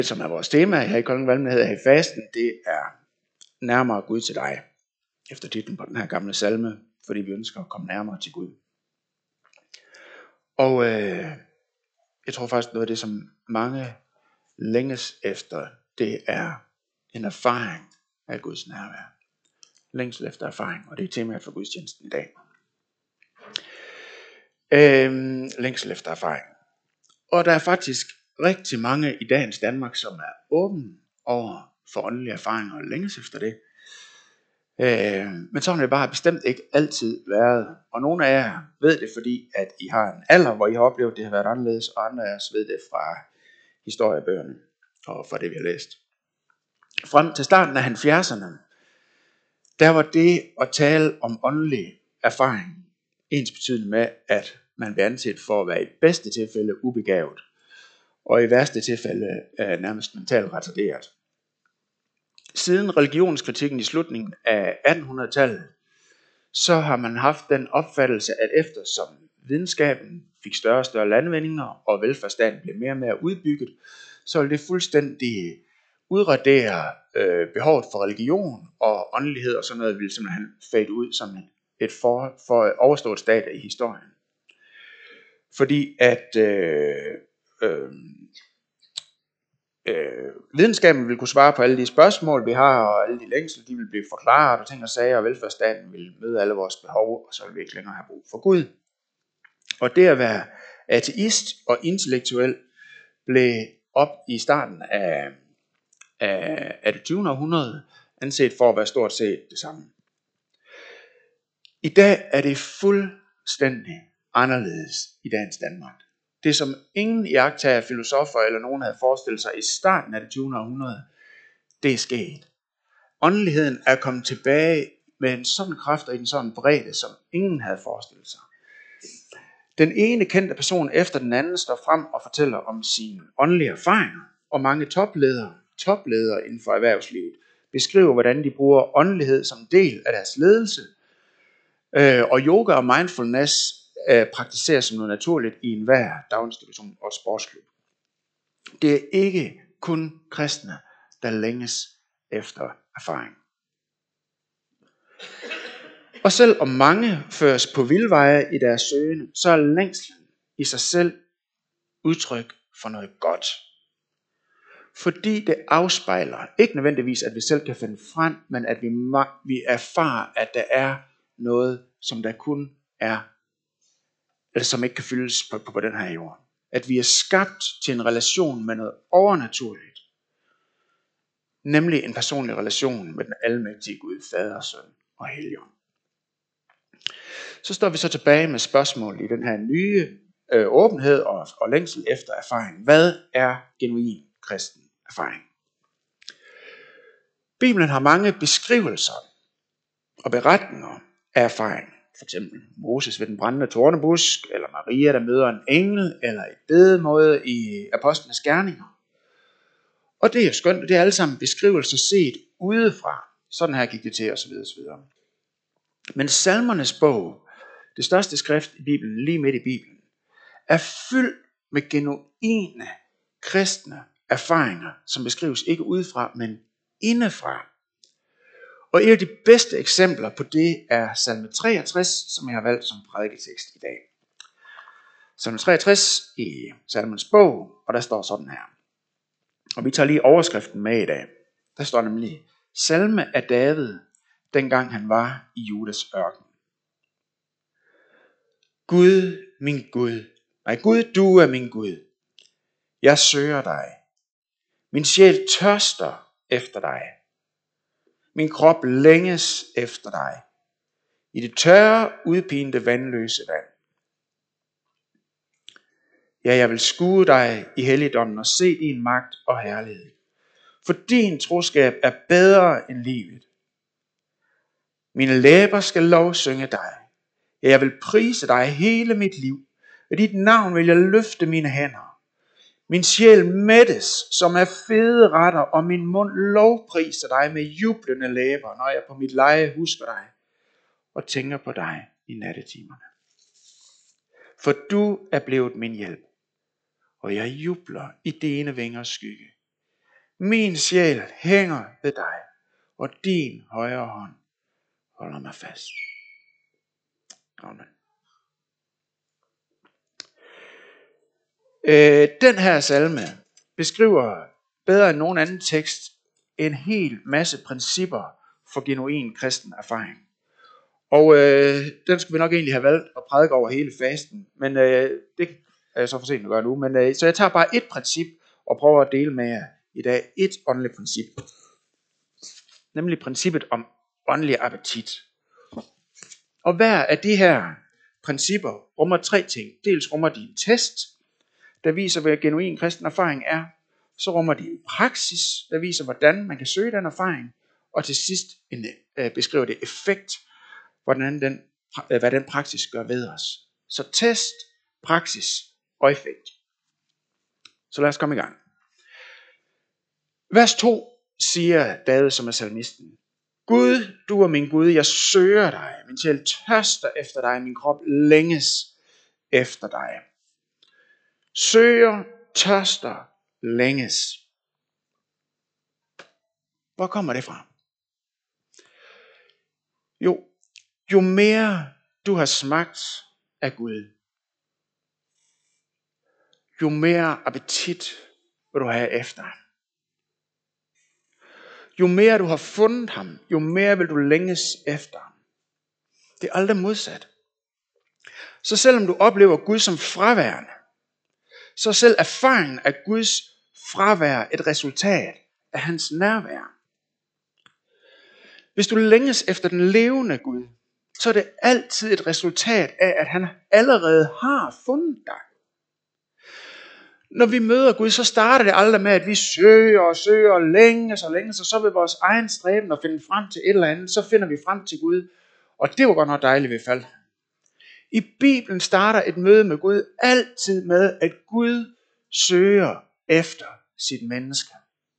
Det som er vores tema her i Kolding Valgmenighed her i fasten, det er nærmere Gud til dig. Efter titlen på den her gamle salme, fordi vi ønsker at komme nærmere til Gud. Og jeg tror faktisk noget af det, som mange længes efter, det er en erfaring af Guds nærvær. Længsel efter erfaring, og det er temaet for gudstjenesten i dag. Længsel efter erfaring. Og der er faktisk rigtig mange i dagens Danmark, som er åbne over for åndelige erfaringer og længes efter det. Men sådan har det bare bestemt ikke altid været. Og nogle af jer ved det, fordi at I har en alder, hvor I har oplevet, at det har været anderledes, og andre af os ved det fra historiebøgerne og fra det, vi har læst. Frem til starten af 70'erne, der var det at tale om åndelig erfaring ensbetydende med, at man blev anset for at være i bedste tilfælde ubegavet, og i værste tilfælde nærmest mentalt retarderet. Siden religionskritikken i slutningen af 1800-tallet, så har man haft den opfattelse, at eftersom videnskaben fik større og større landvindinger, og velfærdsstaten blev mere og mere udbygget, så ville det fuldstændig udradere behovet for religion og åndelighed, og sådan noget ville simpelthen fade ud som et for overstået stadie i historien. Fordi at videnskaben vil kunne svare på alle de spørgsmål, vi har, og alle de længsler, de vil blive forklaret, og ting og sager, og velfærdsstaten vil møde alle vores behov, og så vil vi ikke længere have brug for Gud. Og det at være ateist og intellektuel blev op i starten af det 20. århundrede anset for at være stort set det samme. I dag er det fuldstændig anderledes i dagens Danmark. Det som ingen iagttager filosofer eller nogen havde forestillet sig i starten af det 20. århundrede, det er sket. Åndeligheden er kommet tilbage med en sådan kraft og i en sådan bredde, som ingen havde forestillet sig. Den ene kendte person efter den anden står frem og fortæller om sine åndelige erfaringer, og mange topledere inden for erhvervslivet beskriver, hvordan de bruger åndelighed som del af deres ledelse, og yoga og mindfulness praktiseres som noget naturligt i enhver daginstitution og sportsklub. Det er ikke kun kristne, der længes efter erfaring. Og selvom mange føres på vildveje i deres søgen, så er længslen i sig selv udtryk for noget godt. Fordi det afspejler ikke nødvendigvis, at vi selv kan finde frem, men at vi erfarer, at der er noget, som der kun er, eller som ikke kan fyldes på den her jord. At vi er skabt til en relation med noget overnaturligt. Nemlig en personlig relation med den almægtige Gud, Fader, Søn og Helligånd. Så står vi så tilbage med spørgsmål i den her nye åbenhed og længsel efter erfaring. Hvad er genuin kristen erfaring? Bibelen har mange beskrivelser og beretninger af erfaring. For eksempel Moses ved den brændende tornebusk, eller Maria, der møder en engel, eller et bedemåde i apostlenes gerninger. Og det er jo skønt, det er alle sammen beskrivelser set udefra. Sådan her gik det til, osv. Men Salmernes bog, det største skrift i Bibelen, lige midt i Bibelen, er fyldt med genuine kristne erfaringer, som beskrives ikke udefra, men indefra. Og et af de bedste eksempler på det er salme 63, som jeg har valgt som prædiketekst i dag. Salme 63 i Salmens bog, og der står sådan her. Og vi tager lige overskriften med i dag. Der står nemlig, salme af David, dengang han var i Judas ørken. Gud, min Gud. Nej, Gud, du er min Gud. Jeg søger dig. Min sjæl tørster efter dig. Min krop længes efter dig. I det tørre, udpinte, vandløse vand. Ja, jeg vil skue dig i helligdommen og se din magt og herlighed. For din troskab er bedre end livet. Mine læber skal lovsynge dig. Ja, jeg vil prise dig hele mit liv. Ved dit navn vil jeg løfte mine hænder. Min sjæl mættes som af fede retter, og min mund lovpriser dig med jublende læber, når jeg på mit leje husker dig og tænker på dig i nattetimerne. For du er blevet min hjælp, og jeg jubler i dine vingers skygge. Min sjæl hænger ved dig, og din højre hånd holder mig fast. Amen. Den her salme beskriver bedre end nogen anden tekst en hel masse principper for genuin kristen erfaring. Og den skulle vi nok egentlig have valgt at prædike over hele fasten, men det er så for sent at gøre nu. Men, så jeg tager bare et princip og prøver at dele med jer i dag. Et åndeligt princip. Nemlig princippet om åndelig appetit. Og hver af de her principper rummer 3 ting. Dels rummer de en test, der viser, hvad genuin kristen erfaring er. Så rummer de en praksis, der viser, hvordan man kan søge den erfaring. Og til sidst beskriver det effekt, hvad den praksis gør ved os. Så test, praksis og effekt. Så lad os komme i gang. Vers 2 siger David, som er salmisten: Gud, du er min Gud, jeg søger dig. Min sjæl tørster efter dig, min krop længes efter dig. Søger, tørster, længes. Hvor kommer det fra? Jo mere du har smagt af Gud, jo mere appetit vil du have efter ham. Jo mere du har fundet ham, jo mere vil du længes efter ham. Det er aldrig modsat. Så selvom du oplever Gud som fraværende, så er selv erfaringen af Guds fravær et resultat af hans nærvær. Hvis du længes efter den levende Gud, så er det altid et resultat af, at han allerede har fundet dig. Når vi møder Gud, så starter det aldrig med, at vi søger længe, og så ved vores egen stræben at finde frem til et eller andet, så finder vi frem til Gud. Og det var godt nok dejligt ved fald. I Bibelen starter et møde med Gud altid med, at Gud søger efter sit menneske.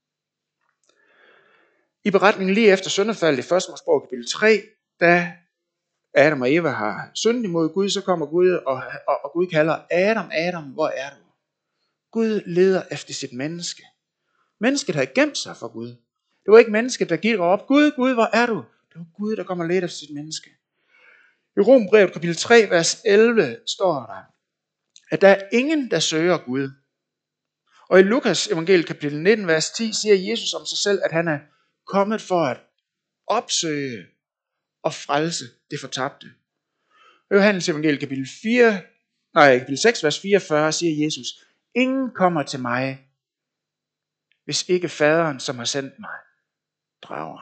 I beretningen lige efter syndefaldet i 1. Mosebog kapitel 3, da Adam og Eva har syndet imod Gud, så kommer Gud, og Gud kalder: Adam, hvor er du? Gud leder efter sit menneske. Mennesket havde gemt sig for Gud. Det var ikke mennesket, der gik op: Gud, hvor er du? Det var Gud, der kommer og leder efter sit menneske. I Romerbrevet kapitel 3, vers 11 står der, at der er ingen, der søger Gud. Og i Lukas evangeliet kapitel 19, vers 10, siger Jesus om sig selv, at han er kommet for at opsøge og frelse det fortabte. I Johannes evangeliet kapitel 6, vers 44, siger Jesus: Ingen kommer til mig, hvis ikke faderen, som har sendt mig, drager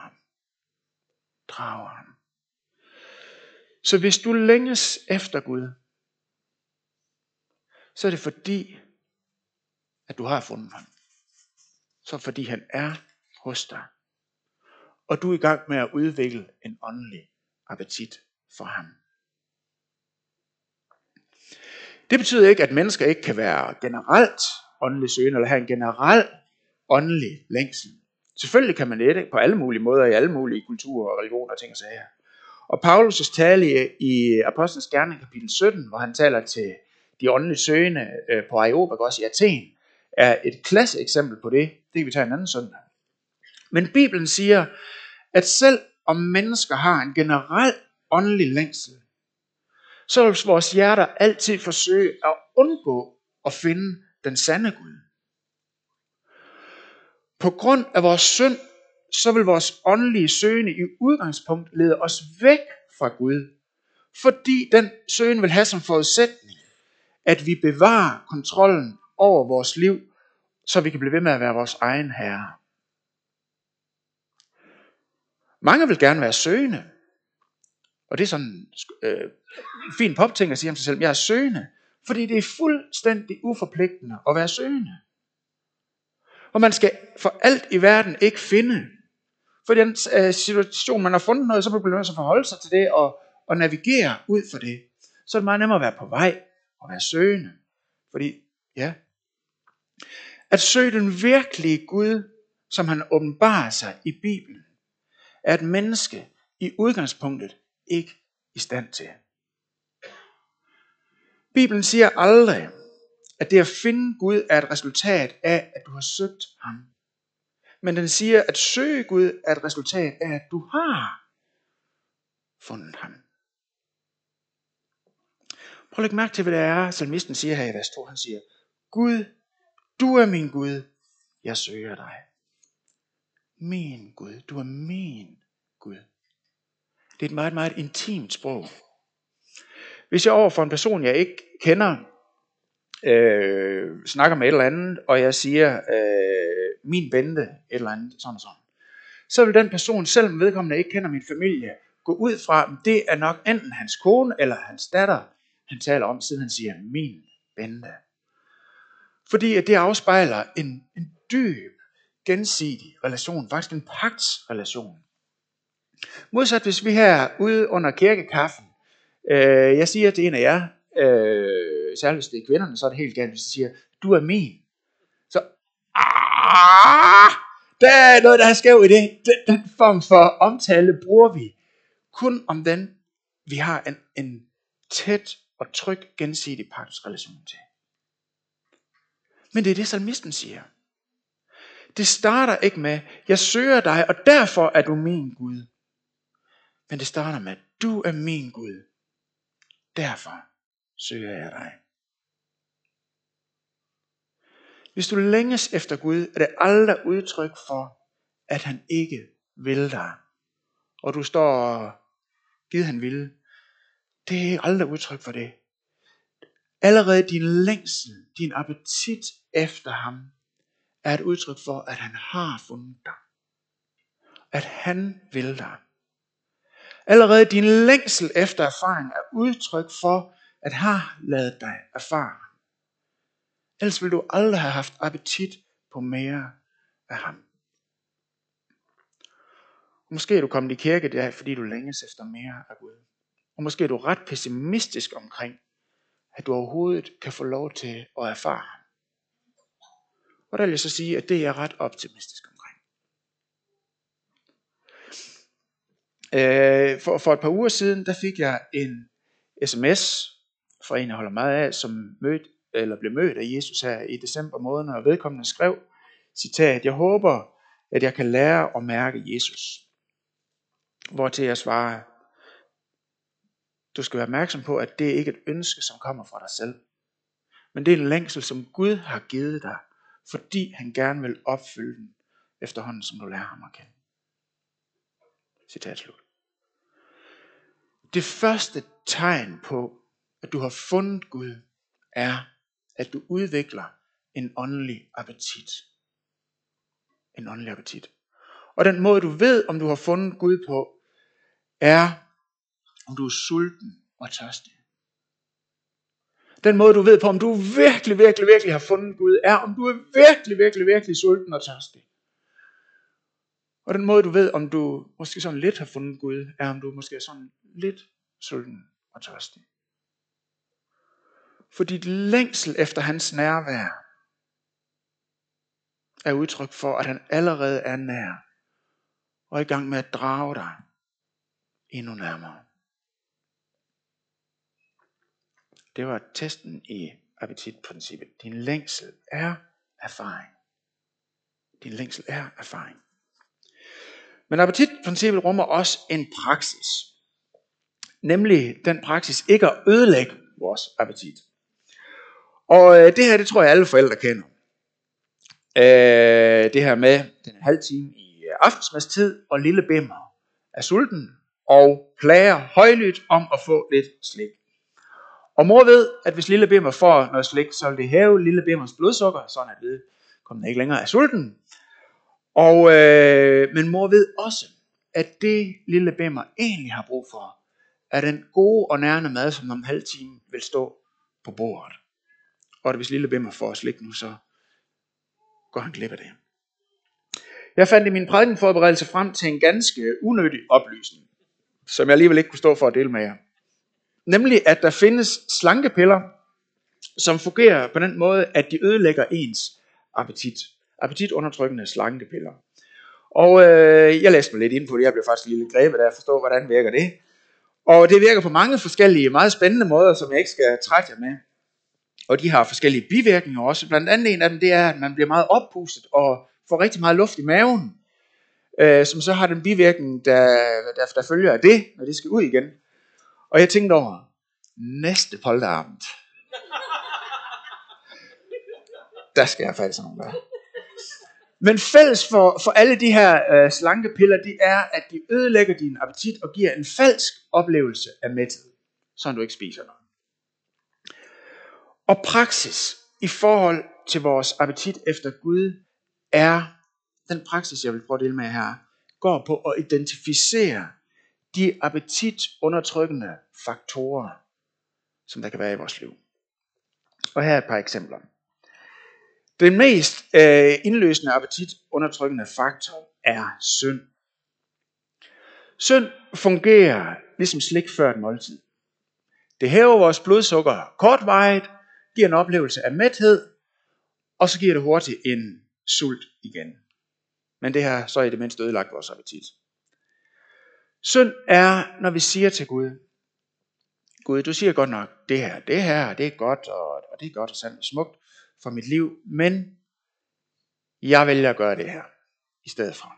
ham. Så hvis du længes efter Gud, så er det fordi, at du har fundet ham. Så fordi han er hos dig. Og du er i gang med at udvikle en åndelig appetit for ham. Det betyder ikke, at mennesker ikke kan være generelt åndelig søgende, eller have en generel åndelig længsel. Selvfølgelig kan man det på alle mulige måder, i alle mulige kulturer og religioner og ting og sager. Og Paulus' tale i Apostlenes Gerning kapitel 17, hvor han taler til de åndelige søgende på Areopagos i Athen, er et klasse eksempel på det. Det kan vi tage en anden søndag. Men Bibelen siger, at selv om mennesker har en generel åndelig længsel, så vil vores hjerter altid forsøge at undgå at finde den sande Gud. På grund af vores synd, så vil vores åndelige søgende i udgangspunkt lede os væk fra Gud, fordi den søgen vil have som forudsætning, at vi bevarer kontrollen over vores liv, så vi kan blive ved med at være vores egen herre. Mange vil gerne være søgende, og det er sådan en fin popting at sige om sig selv: jeg er søgende, fordi det er fuldstændig uforpligtende at være søgende. Og man skal for alt i verden ikke finde. For den situation, man har fundet noget, så bliver man nødt til at forholde sig til det og navigere ud for det. Så er det meget nemmere at være på vej og være søgende. Fordi, at søge den virkelige Gud, som han åbenbarer sig i Bibelen, er et menneske i udgangspunktet ikke i stand til. Bibelen siger aldrig, at det at finde Gud er et resultat af, at du har søgt ham. Men den siger, at søge Gud er et resultat af, at du har fundet ham. Prøv at lægge mærke til, hvad det er, salmisten siger her i vers 2. Han siger, Gud, du er min Gud, jeg søger dig. Min Gud, du er min Gud. Det er et meget, meget intimt sprog. Hvis jeg overfor en person, jeg ikke kender, snakker med et eller andet, og jeg siger, min Bente, et eller andet, sådan og sådan, så vil den person, selvom vedkommende ikke kender min familie, gå ud fra, at det er nok enten hans kone eller hans datter, han taler om, siden han siger, min Bente. Fordi at det afspejler en dyb, gensidig relation, faktisk en pagtsrelation. Modsat hvis vi her ude under kirkekaffen, jeg siger til en af jer, særligt hvis det er kvinderne, så er det helt galt, hvis jeg siger, du er min. Så, der er noget, der er skævt i det. Den form for omtale bruger vi kun om den, vi har en tæt og tryg gensidig pagtsrelation til. Men det er det, salmisten siger. Det starter ikke med, jeg søger dig, og derfor er du min Gud. Men det starter med, du er min Gud. Derfor søger jeg dig. Hvis du længes efter Gud, er det aldrig udtryk for, at han ikke vil dig. Og du står og givet han vil. Det er aldrig udtryk for det. Allerede din længsel, din appetit efter ham, er et udtryk for, at han har fundet dig. At han vil dig. Allerede din længsel efter erfaring er udtryk for, at han har ladet dig erfare. Ellers ville du aldrig have haft appetit på mere af ham. Måske er du kommet i kirke der, fordi du længes efter mere af Gud. Og måske er du ret pessimistisk omkring, at du overhovedet kan få lov til at erfare ham. Og der vil jeg så sige, at det er jeg ret optimistisk omkring. For et par uger siden, der fik jeg en sms fra en, jeg holder meget af, som blev mødt af Jesus her i december måned, og vedkommende skrev, citat, jeg håber, at jeg kan lære at mærke Jesus. Hvortil jeg svarer, du skal være opmærksom på, at det ikke er et ønske, som kommer fra dig selv. Men det er en længsel, som Gud har givet dig, fordi han gerne vil opfylde den, efterhånden som du lærer ham at kende. Citat slut. Det første tegn på, at du har fundet Gud, er, at du udvikler en åndelig appetit. En åndelig appetit. Og den måde, du ved, om du har fundet Gud på, er, om du er sulten og tørstig. Den måde, du ved på, om du virkelig har fundet Gud, er, om du er virkelig sulten og tørstig. Og den måde, du ved, om du måske sådan lidt har fundet Gud, er, om du måske er sådan lidt sulten og tørstig. For dit længsel efter hans nærvær er udtryk for, at han allerede er nær og er i gang med at drage dig endnu nærmere. Det var testen i appetitprincippet. Din længsel er erfaring. Din længsel er erfaring. Men appetitprincippet rummer også en praksis. Nemlig den praksis ikke at ødelægge vores appetit. Og det her, det tror jeg alle forældre kender. Det her med den halve time i aftensmadstid, og lille bimmer er sulten og plager højlydt om at få lidt slik. Og mor ved, at hvis lille bimmer får noget slik, så vil det hæve lille bimmers blodsukker, sådan at vedkommende ikke længere er sulten. Men mor ved også, at det lille bimmer egentlig har brug for, er den gode og nærende mad, som om en halv time vil stå på bordet. Og at hvis lille bimmer får slik nu, så går han glip af det. Jeg fandt i min prædikenforberedelse frem til en ganske unødig oplysning, som jeg alligevel ikke kunne stå for at dele med jer. Nemlig, at der findes slankepiller, som fungerer på den måde, at de ødelægger ens appetit. Appetitundertrykkende slankepiller. Og jeg læste mig lidt ind på det. Jeg blev faktisk lidt grebet af at forstå, hvordan virker det. Og det virker på mange forskellige, meget spændende måder, som jeg ikke skal trætte jer med. Og de har forskellige bivirkninger også. Blandt andet en af dem, det er, at man bliver meget oppustet og får rigtig meget luft i maven, som så har den bivirkning, der følger af det, når det skal ud igen. Og jeg tænkte over, næste polterabend, der skal jeg falde sådan nogle der. Men fælles for alle de her slankepiller, det er, at de ødelægger din appetit og giver en falsk oplevelse af mæthed, så du ikke spiser noget. Og praksis i forhold til vores appetit efter Gud er, den praksis, jeg vil prøve at dele med her, går på at identificere de appetitundertrykkende faktorer, som der kan være i vores liv. Og her er et par eksempler. Den mest indløsende appetitundertrykkende faktor er synd. Synd fungerer ligesom slik før et måltid. Det hæver vores blodsukker kortvarigt, giver en oplevelse af mæthed, og så giver det hurtigt en sult igen. Men det har så i det mindste ødelagt vores appetit. Synd er, når vi siger til Gud, Gud, du siger godt nok, det her, det er godt, og det er godt og sandt og smukt for mit liv, men jeg vælger at gøre det her i stedet for.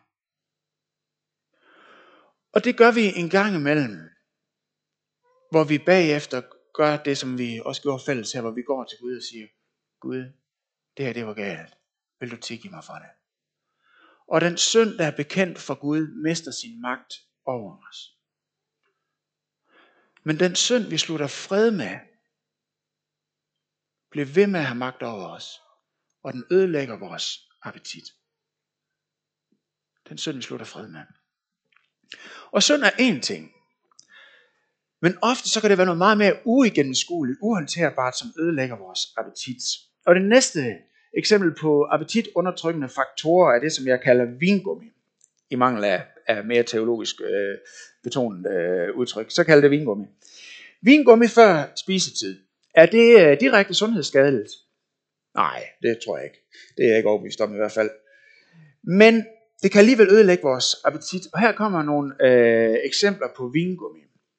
Og det gør vi en gang imellem, hvor vi bagefter gør det, som vi også gjorde fælles her, hvor vi går til Gud og siger, Gud, det var galt. Vil du tilgive mig for det? Og den synd, der er bekendt for Gud, mister sin magt over os. Men den synd, vi slutter fred med, bliver ved med at have magt over os, og den ødelægger vores appetit. Den synd, vi slutter fred med. Og synd er én ting. Men ofte så kan det være noget meget mere uigennemskueligt, uhåndterbart, som ødelægger vores appetit. Og det næste eksempel på appetitundertrykkende faktorer er det, som jeg kalder vingummi. I mangel af mere teologisk betonet udtryk, så kalder det vingummi. Vingummi før spisetid, er det direkte sundhedsskadeligt? Nej, det tror jeg ikke. Det er jeg ikke overbevist om i hvert fald. Men det kan alligevel ødelægge vores appetit. Og her kommer nogle eksempler på vingummi.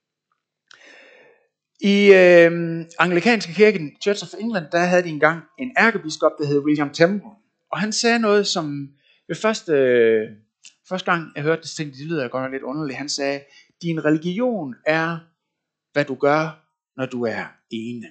I anglikanske kirken, Church of England, der havde de engang en ærkebiskop, der hed William Temple. Og han sagde noget, som ved første gang jeg hørte det, tænkte det lyder godt lidt underligt. Han sagde, din religion er, hvad du gør, når du er ene.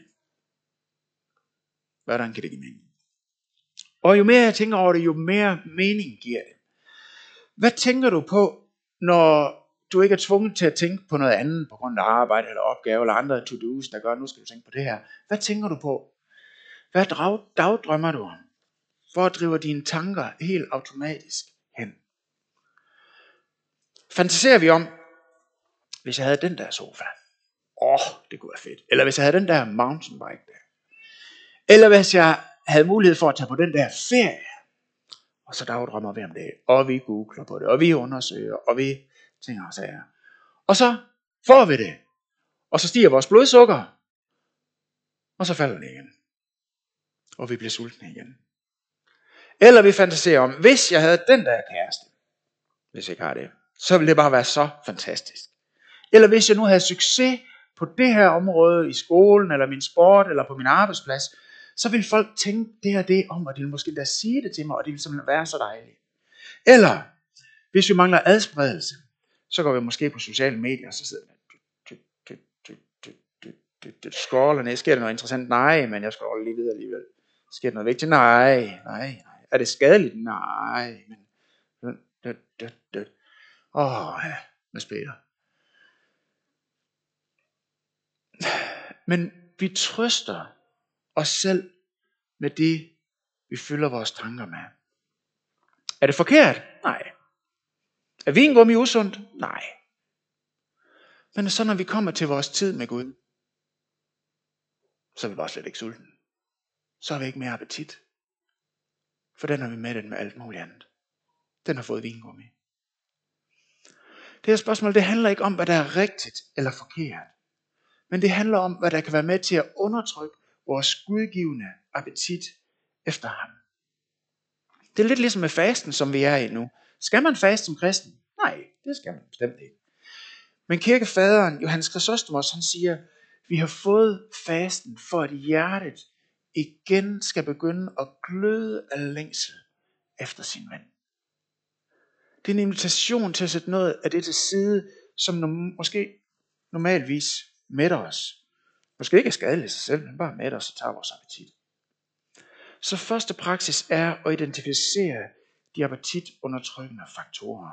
Hvordan kan det give mening? Og jo mere jeg tænker over det, jo mere mening giver det. Hvad tænker du på, når du ikke er tvunget til at tænke på noget andet, på grund af arbejde eller opgave eller andre to-do's, der gør, nu skal du tænke på det her. Hvad tænker du på? Hvad dagdrømmer du om? Hvor driver dine tanker helt automatisk hen? Fantaserer vi om, hvis jeg havde den der sofa? Det kunne være fedt. Eller hvis jeg havde den der mountainbike der. Eller hvis jeg havde mulighed for at tage på den der ferie. Og så dagdrømmer vi om det. Og vi googler på det. Og vi undersøger. Og vi tænker og sager. Og så får vi det. Og så stiger vores blodsukker. Og så falder det igen. Og vi bliver sultne igen. Eller vi fantaserer om, hvis jeg havde den der kæreste. Hvis jeg ikke har det. Så ville det bare være så fantastisk. Eller hvis jeg nu havde succes på det her område i skolen, eller min sport, eller på min arbejdsplads, så vil folk tænke det og det om, og de vil måske da sige det til mig, og det vil simpelthen være så dejligt. Eller, hvis vi mangler adspredelse, så går vi måske på sociale medier, og så sidder vi scroller ned. Sker der noget interessant? Nej, men jeg scroller lige videre alligevel. Sker der noget vigtigt? Nej. Er det skadeligt? Nej. Men hvad spiller? Men vi trøster os selv med det, vi fylder vores tanker med. Er det forkert? Nej. Er vingummi usundt? Nej. Men så når vi kommer til vores tid med Gud, så er vi bare slet ikke sulten. Så har vi ikke mere appetit. For den har vi med den med alt muligt andet. Den har fået vingummi. Det her spørgsmål, det handler ikke om, hvad der er rigtigt eller forkert. Men det handler om, hvad der kan være med til at undertrykke vores gudgivende appetit efter ham. Det er lidt ligesom med fasten, som vi er i nu. Skal man faste som kristen? Nej, det skal man bestemt ikke. Men kirkefaderen, Johannes Chrysostomos, han siger, vi har fået fasten for, at hjertet igen skal begynde at gløde af længsel efter sin ven. Det er en invitation til at sætte noget af det til side, som måske normalvis mætter os. Måske ikke er skadeligt i sig selv, men bare mætter os og tager vores appetit. Så første praksis er at identificere de appetitundertrykkende faktorer.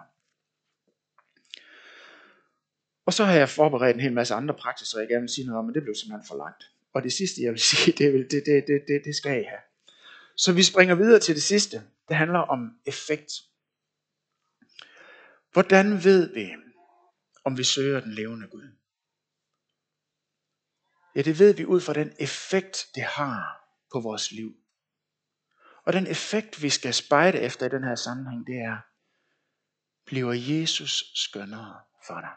Og så har jeg forberedt en hel masse andre praksiser, jeg gerne vil sige noget om, men det blev simpelthen for langt. Og det sidste, jeg vil sige, det skal I have. Så vi springer videre til det sidste. Det handler om effekt. Hvordan ved vi, om vi søger den levende Gud? Ja, det ved vi ud fra den effekt, det har på vores liv. Og den effekt, vi skal spejde efter i den her sammenhæng, det er, bliver Jesus skønnere for dig?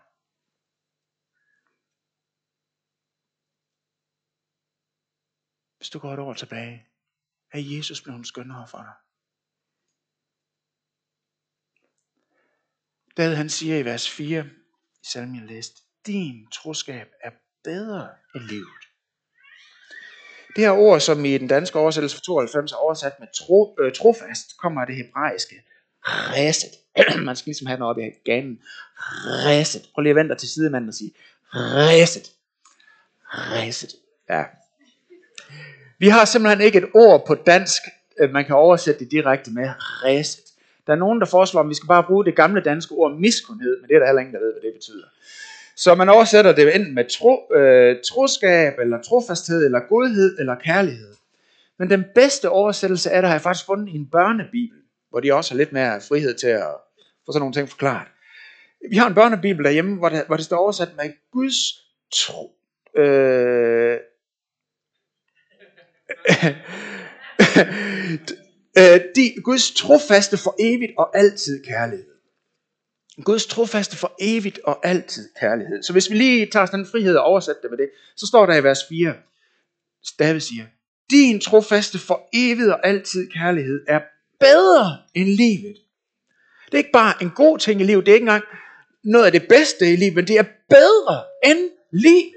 Hvis du går et år tilbage, er Jesus blevet skønnere for dig? David han siger i vers 4 i salmen jeg læste, din troskab er bedre end livet. Det her ord, som i den danske oversættelse for 92 er oversat med trofast, kommer af det hebraiske ræset. Man skal ligesom have noget op i ganen. Ræset. Prøv lige at vente til sidemanden og sige ræset. Ræset. Ja. Vi har simpelthen ikke et ord på dansk, man kan oversætte det direkte med ræset. Der er nogen, der foreslår, at vi skal bare bruge det gamle danske ord miskundhed, men det er der heller ingen, der ved, hvad det betyder. Så man oversætter det enten med troskab, eller trofasthed, eller godhed, eller kærlighed. Men den bedste oversættelse af det har jeg faktisk fundet i en børnebibel, hvor de også har lidt mere frihed til at få sådan nogle ting forklaret. Vi har en børnebibel derhjemme, hvor det står oversat med Guds Guds trofaste for evigt og altid kærlighed. Guds trofaste for evigt og altid kærlighed. Så hvis vi lige tager sådan en frihed og oversætter det med det, så står der i vers 4, David siger, din trofaste for evigt og altid kærlighed er bedre end livet. Det er ikke bare en god ting i livet, det er ikke engang noget af det bedste i livet, men det er bedre end livet.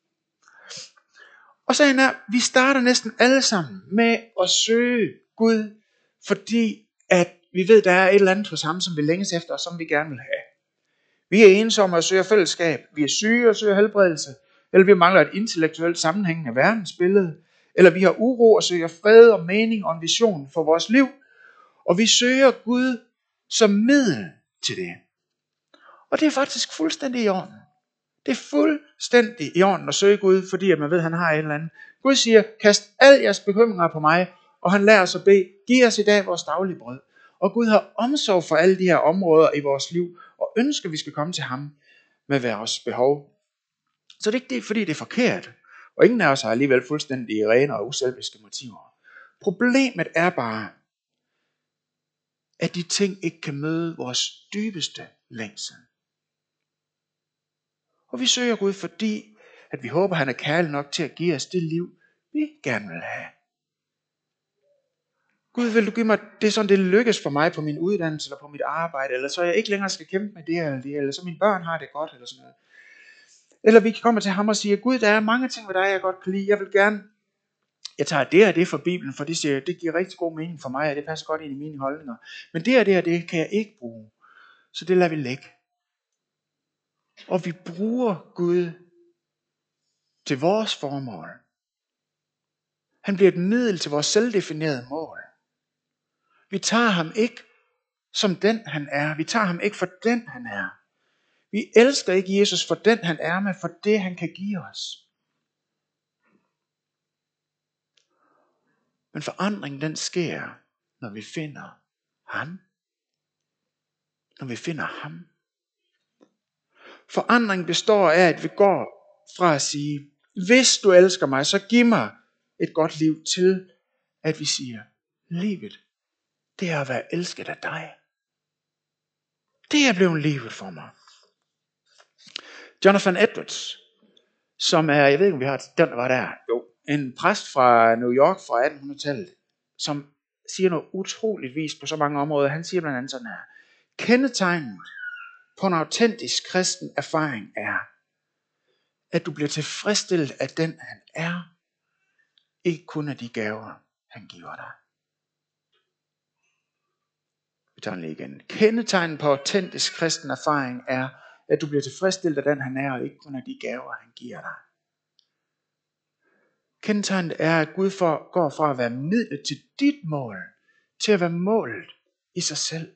Og så vi starter næsten alle sammen med at søge Gud, fordi at vi ved, der er et eller andet hos ham, som vi længes efter, og som vi gerne vil have. Vi er ensomme og søger fællesskab, vi er syge og søger helbredelse, eller vi mangler et intellektuelt sammenhængende verdensbillede, eller vi har uro og søger fred og mening og en vision for vores liv, og vi søger Gud som middel til det. Og det er faktisk fuldstændig i orden. Det er fuldstændig i orden at søge Gud, fordi at man ved, at han har et eller andet. Gud siger, kast al jeres bekymringer på mig, og han lærer os at bede, giv os i dag vores daglige brød. Og Gud har omsorg for alle de her områder i vores liv, og ønsker, at vi skal komme til ham med vores behov. Så det er ikke det, fordi det er forkert, og ingen af os har alligevel fuldstændig rene og uselviske motiver. Problemet er bare, at de ting ikke kan møde vores dybeste længsel. Og vi søger Gud, fordi at vi håber, han er kærlig nok til at give os det liv, vi gerne vil have. Gud, vil du give mig, det er sådan, det lykkes for mig på min uddannelse eller på mit arbejde, eller så jeg ikke længere skal kæmpe med det eller det, eller så mine børn har det godt, eller sådan noget. Eller vi kan komme til ham og sige, Gud, der er mange ting ved dig, jeg godt kan lide. Jeg tager det og det fra Bibelen, for det giver rigtig god mening for mig, og det passer godt ind i mine holdninger. Men det og det kan jeg ikke bruge, så det lader vi lægge. Og vi bruger Gud til vores formål. Han bliver et middel til vores selvdefinerede mål. Vi tager ham ikke som den han er. Vi tager ham ikke for den han er. Vi elsker ikke Jesus for den han er, men for det han kan give os. Men forandringen den sker, når vi finder ham. Når vi finder ham. Forandringen består af, at vi går fra at sige, hvis du elsker mig, så giv mig et godt liv, til at vi siger, livet, det er at være elsket af dig. Det er blevet livet for mig. Jonathan Edwards, som er, jeg ved ikke om vi har, den var der, jo, en præst fra New York fra 1800-tallet, som siger noget utroligt vis på så mange områder. Han siger blandt andet sådan her, kendetegnet på en autentisk kristen erfaring er, at du bliver tilfredsstillet af den han er, ikke kun af de gaver han giver dig. Vi tager den lige igen. Kendetegnet på autentisk kristen erfaring er, at du bliver tilfredsstillet af den, han er, og ikke kun af de gaver, han giver dig. Kendetegnet er, at Gud går fra at være midlet til dit mål, til at være målet i sig selv.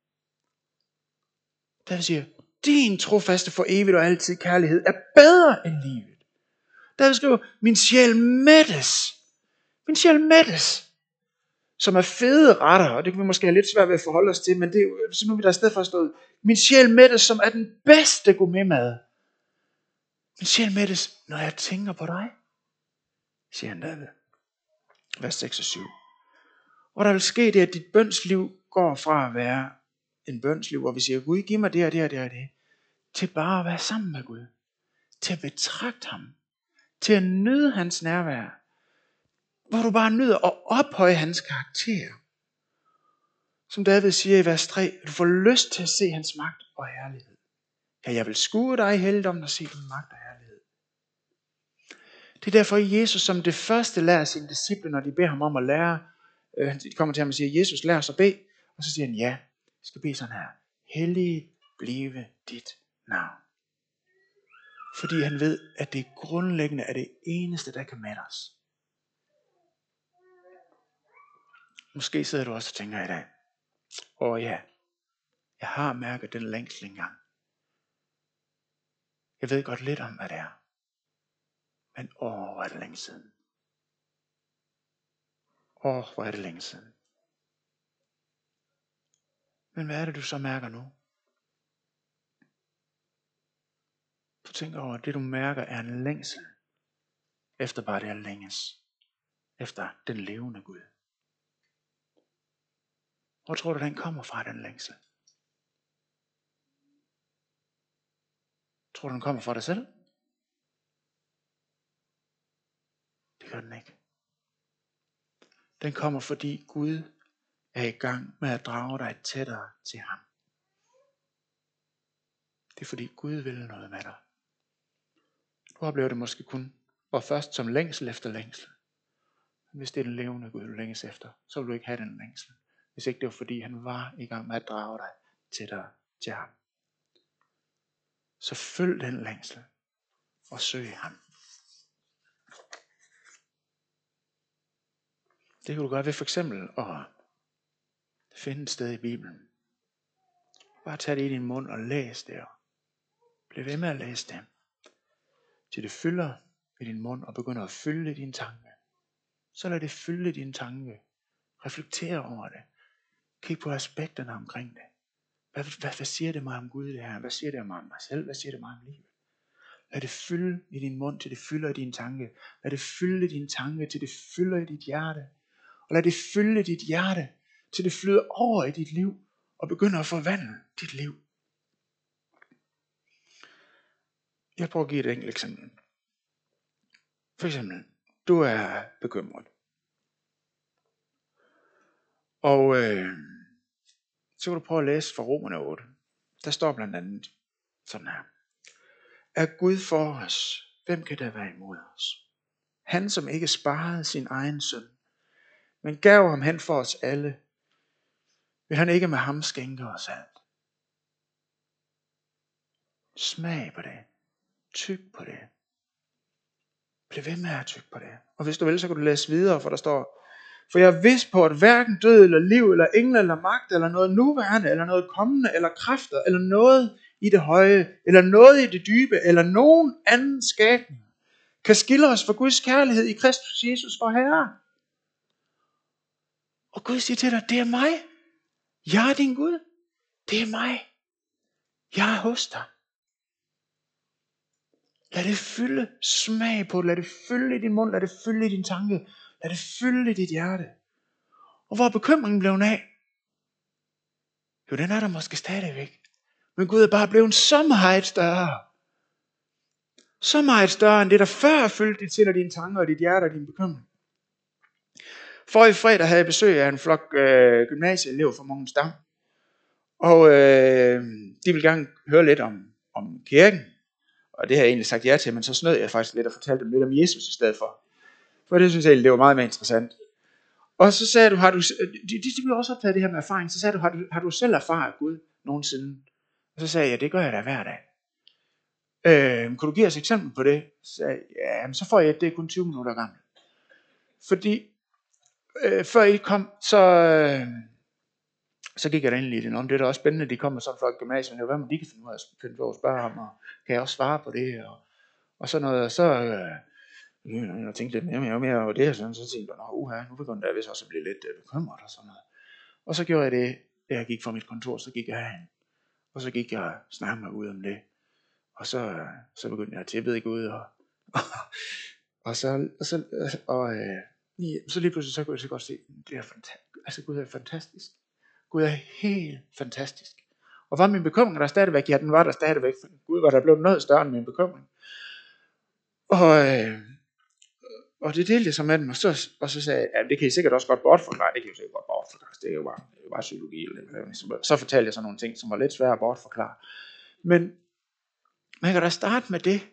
Der vil sige, din trofaste for evigt og altid kærlighed er bedre end livet. Der vil skrive, min sjæl mættes. Min sjæl mættes. Som er fede retter, og det kan vi måske have lidt svært ved at forholde os til, men det er jo, så nu er vi der i stedet for stået. Min sjæl mættes, som er den bedste gourmetmad. Min sjæl mættes, når jeg tænker på dig, siger han David. Vers 6 og 7. Og der vil ske det, at dit bønsliv går fra at være en bønsliv, hvor vi siger, Gud, giv mig det og det og det og det, til bare at være sammen med Gud. Til at betragte ham. Til at nyde hans nærvær. Hvor du bare nyder at ophøje hans karakter. Som David siger i vers 3, du får lyst til at se hans magt og herlighed. Ja, jeg vil skue dig i helligdommen og se din magt og herlighed. Det er derfor Jesus som det første lærer sine disciple, når de beder ham om at lære. De kommer til ham og siger, Jesus lær os at bede. Og så siger han, ja, jeg skal bede sådan her. Hellig blive dit navn. Fordi han ved, at det grundlæggende er det eneste, der kan mætte os. Måske sidder du også og tænker i dag, ja, jeg har mærket den længsel engang. Jeg ved godt lidt om, hvad det er. Men hvor er det længe siden. Hvor er det længe siden. Men hvad er det, du så mærker nu? Du tænker over, at det du mærker er en længsel. Efter bare det at længes. Efter den levende Gud. Hvor tror du, den kommer fra, den længsel? Tror du, den kommer fra dig selv? Det gør den ikke. Den kommer, fordi Gud er i gang med at drage dig tættere til ham. Det er fordi Gud vil noget med dig. Du oplever det måske kun, og først som længsel efter længsel. Men hvis det er den levende Gud, du længes efter, så vil du ikke have den længsel. Hvis ikke det var fordi, han var i gang med at drage dig tættere til ham. Så følg den længsel og søg ham. Det kan du gøre ved for eksempel at finde et sted i Bibelen. Bare tag det i din mund og læs det. Bliv ved med at læse det. Til det fylder i din mund og begynder at fylde din tanke. Så lad det fylde din tanke. Reflekter over det. Kig på aspekterne omkring det. Hvad siger det mig om Gud det her? Hvad siger det mig om mig selv? Hvad siger det mig om livet? Lad det fylde i din mund, til det fylder i din tanke. Lad det fylde din tanke, til det fylder i dit hjerte. Og lad det fylde dit hjerte, til det flyder over i dit liv, og begynder at forvandle dit liv. Jeg prøver at give et enkelt eksempel. For eksempel, du er bekymret. Og så kan du prøve at læse fra Romerne 8. Der står blandt andet sådan her. Er Gud for os, hvem kan der være imod os? Han, som ikke sparede sin egen søn, men gav ham hen for os alle, vil han ikke med ham skænke os alt? Smag på det. Tyk på det. Bliv ved med at tykke på det. Og hvis du vil, så kan du læse videre, for der står, for jeg er vidst på, at hverken død eller liv, eller engel eller magt, eller noget nuværende, eller noget kommende, eller kræfter, eller noget i det høje, eller noget i det dybe, eller nogen anden skabning, kan skille os fra Guds kærlighed i Kristus Jesus vor Herre. Og Gud siger til dig, det er mig. Jeg er din Gud. Det er mig. Jeg er hos dig. Lad det fylde smag på det. Lad det fylde i din mund. Lad det fylde i din tanke. Lad det fylde i dit hjerte. Og hvor er bekymringen blevet af? Jo, den er der måske stadigvæk. Men Gud er bare blevet så meget større. Så meget større end det, der før fyldte dit sind og dine tanker og dit hjerte og din bekymring. Forrige fredag havde jeg besøg af en flok gymnasieelever fra Mogens Dam. Og de ville gerne høre lidt om kirken. Og det har jeg egentlig sagt ja til, men så snød jeg faktisk lidt og fortalte dem lidt om Jesus i stedet for. For det synes jeg det var meget mere interessant. Og så sagde du, de vil også optage det her med erfaring, så sagde du, har du selv erfaret Gud nogensinde? Og så sagde jeg, ja, det gør jeg da hver dag. Kunne du give os et eksempel på det? Så sagde jeg, ja, men så får jeg det er kun 20 minutter gammel. Fordi før I kom, så gik jeg da endelig i det. Det er da også spændende, de kommer sådan fra gymnasiet. Hvad må de kan finde ud af at spørge ham, og kan jeg også svare på det? Og sådan noget. Og så jeg tænkte lidt mere over det, og så tænkte jeg, nu begyndte jeg vist også at blive lidt bekymret og sådan noget. Og så gjorde jeg det, da jeg gik fra mit kontor, så gik jeg herhen. Og så gik jeg og snakkede mig ud om det. Og så begyndte jeg at tilbede Gud, så lige pludselig så kunne jeg så godt se, det er fantastisk. Gud er fantastisk. Gud er helt fantastisk. Og var min bekymring der stadigvæk? Ja, den var der stadigvæk. Gud var der blevet noget større end min bekymring. Og det delte jeg så med dem, og så sagde jeg, ja, det kan I sikkert også godt bortforklare. Det kan I sikkert godt bortforklare. Det er jo bare psykologi. Så fortalte jeg så nogle ting, som var lidt svære at bortforklare. Men man kan da starte med det.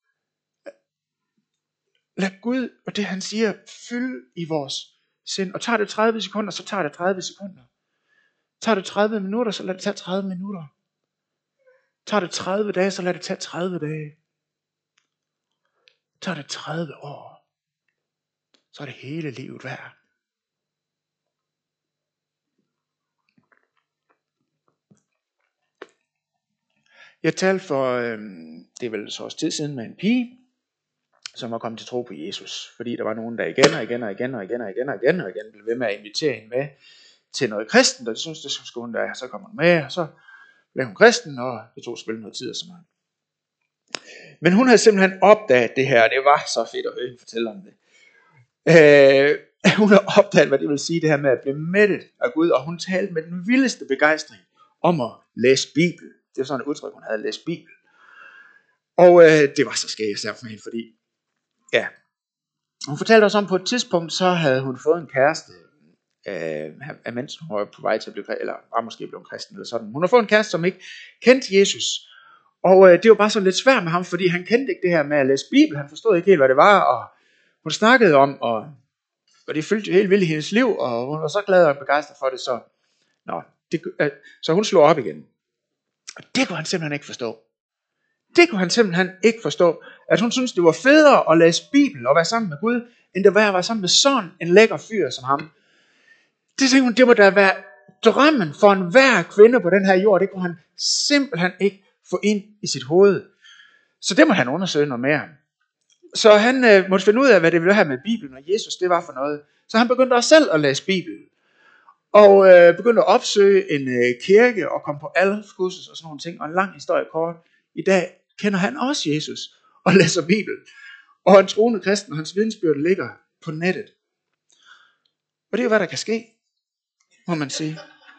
Lad Gud og det han siger fylde i vores sind. Og tager det 30 sekunder, så tager det 30 sekunder. Tager det 30 minutter, så lad det tage 30 minutter. Tager det 30 dage, så lad det tage 30 dage. Tager det 30 år, så er det hele livet værd. Jeg talte for, det er vel så også tid siden, med en pige, som var kommet til tro på Jesus. Fordi der var nogen, der igen blev ved med at invitere hende med til noget kristent, og de syntes, det skulle hun da. Så kom hun med, og så blev hun kristen, og det tog selvfølgelig noget tid og sådan noget. Men hun havde simpelthen opdaget det her, og det var så fedt at høre hende fortælle om det. Hun havde opdaget, hvad det vil sige, det her med at blive mættet af Gud, og hun talte med den vildeste begejstring om at læse Bibel. Det var sådan et udtryk, hun havde læst Bibel. Og det var så skægt især for hende, fordi, ja, hun fortalte os om, på et tidspunkt, så havde hun fået en kæreste, mens hun var på vej til at blive, eller var måske blevet kristen eller sådan. Hun har fået en kæreste, som ikke kendte Jesus. Og det var bare så lidt svært med ham, fordi han kendte ikke det her med at læse Bibel. Han forstod ikke helt, hvad det var, og hun snakkede om, og det fyldte jo helt vildt i hendes liv, og hun var så glad og begejstret for det, så hun slog op igen. Og det kunne han simpelthen ikke forstå. Det kunne han simpelthen ikke forstå, at hun syntes, det var federe at læse Bibel og være sammen med Gud, end det var at være sammen med sådan en lækker fyr som ham. Det tænkte hun, det må da være drømmen for enhver kvinde på den her jord. Det kunne han simpelthen ikke få ind i sit hoved. Så det må han undersøge noget mere. Så han måtte finde ud af, hvad det ville have med Bibelen og Jesus, det var for noget. Så han begyndte også selv at læse Bibelen. Og begyndte at opsøge en kirke og komme på alfkursus og sådan nogle ting. Og en lang historie kort. I dag kender han også Jesus og læser Bibelen. Og en troende kristen, og hans vidensbyrd ligger på nettet. Og det er jo, hvad der kan ske, må man sige.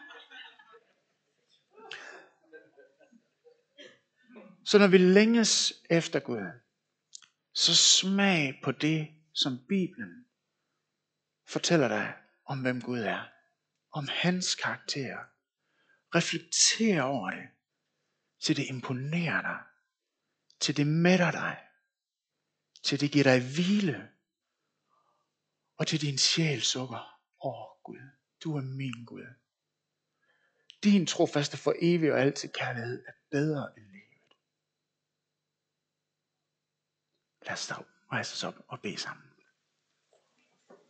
Så når vi længes efter Gud, så smag på det, som Bibelen fortæller dig om, hvem Gud er. Om hans karakter. Reflekter over det, til det imponerer dig, til det mætter dig, til det giver dig hvile, og til din sjæl sukker. Gud, du er min Gud. Din trofaste for evig og altid kærlighed er bedre end livet. Lad os da rejse os op og bede sammen.